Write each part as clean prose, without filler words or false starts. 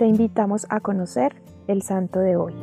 invitamos a conocer el santo de hoy.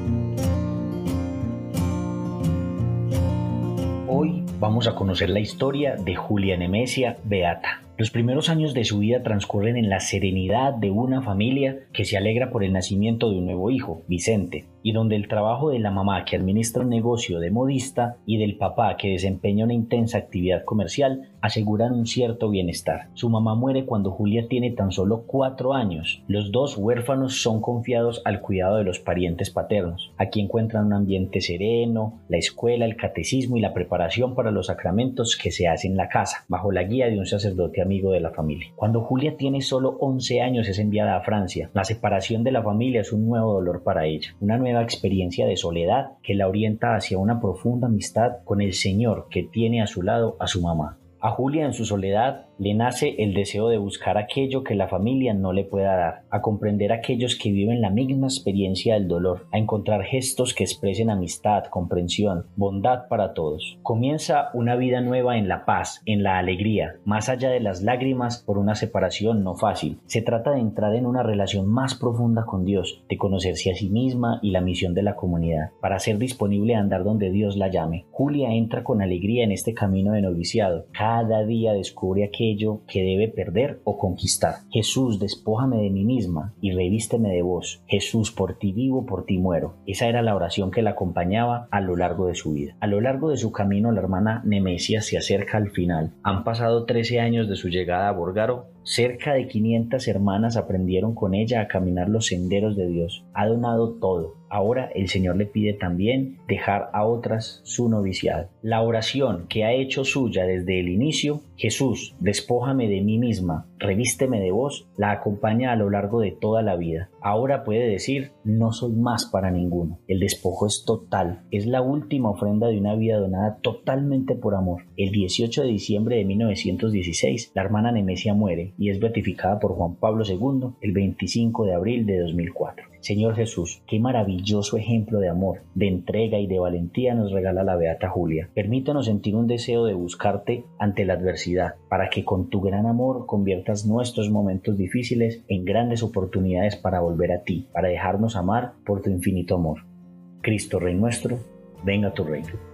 Hoy vamos a conocer la historia de Julia Nemesia Beata. Los primeros años de su vida transcurren en la serenidad de una familia que se alegra por el nacimiento de un nuevo hijo, Vicente, y donde el trabajo de la mamá que administra un negocio de modista y del papá que desempeña una intensa actividad comercial aseguran un cierto bienestar. Su mamá muere cuando Julia tiene tan solo 4 años. Los dos huérfanos son confiados al cuidado de los parientes paternos. Aquí encuentran un ambiente sereno, la escuela, el catecismo y la preparación para los sacramentos que se hacen en la casa, bajo la guía de un sacerdote amigo de la familia. Cuando Julia tiene solo 11 años es enviada a Francia. La separación de la familia es un nuevo dolor para ella, una nueva experiencia de soledad que la orienta hacia una profunda amistad con el Señor que tiene a su lado a su mamá. A Julia en su soledad le nace el deseo de buscar aquello que la familia no le pueda dar, a comprender a aquellos que viven la misma experiencia del dolor, a encontrar gestos que expresen amistad, comprensión, bondad para todos. Comienza una vida nueva en la paz, en la alegría, más allá de las lágrimas por una separación no fácil. Se trata de entrar en una relación más profunda con Dios, de conocerse a sí misma y la misión de la comunidad, para ser disponible a andar donde Dios la llame. Julia entra con alegría en este camino de noviciado. Cada día descubre aquello que debe perder o conquistar. Jesús, despójame de mí misma y revísteme de vos. Jesús, por ti vivo, por ti muero. Esa era la oración que la acompañaba a lo largo de su vida. A lo largo de su camino, la hermana Nemesia se acerca al final. Han pasado 13 años de su llegada a Borgaro. Cerca de 500 hermanas aprendieron con ella a caminar los senderos de Dios. Ha donado todo. Ahora el Señor le pide también dejar a otras su noviciado. La oración que ha hecho suya desde el inicio, Jesús, despójame de mí misma, revísteme de vos, la acompaña a lo largo de toda la vida. Ahora puede decir, no soy más para ninguno. El despojo es total. Es la última ofrenda de una vida donada totalmente por amor. El 18 de diciembre de 1916, la hermana Nemesia muere y es beatificada por Juan Pablo II el 25 de abril de 2004. Señor Jesús, qué maravilloso ejemplo de amor, de entrega y de valentía nos regala la Beata Julia. Permítanos sentir un deseo de buscarte ante la adversidad, para que con tu gran amor conviertas nuestros momentos difíciles en grandes oportunidades para volver a ti, para dejarnos amar por tu infinito amor. Cristo Rey nuestro, venga tu reino.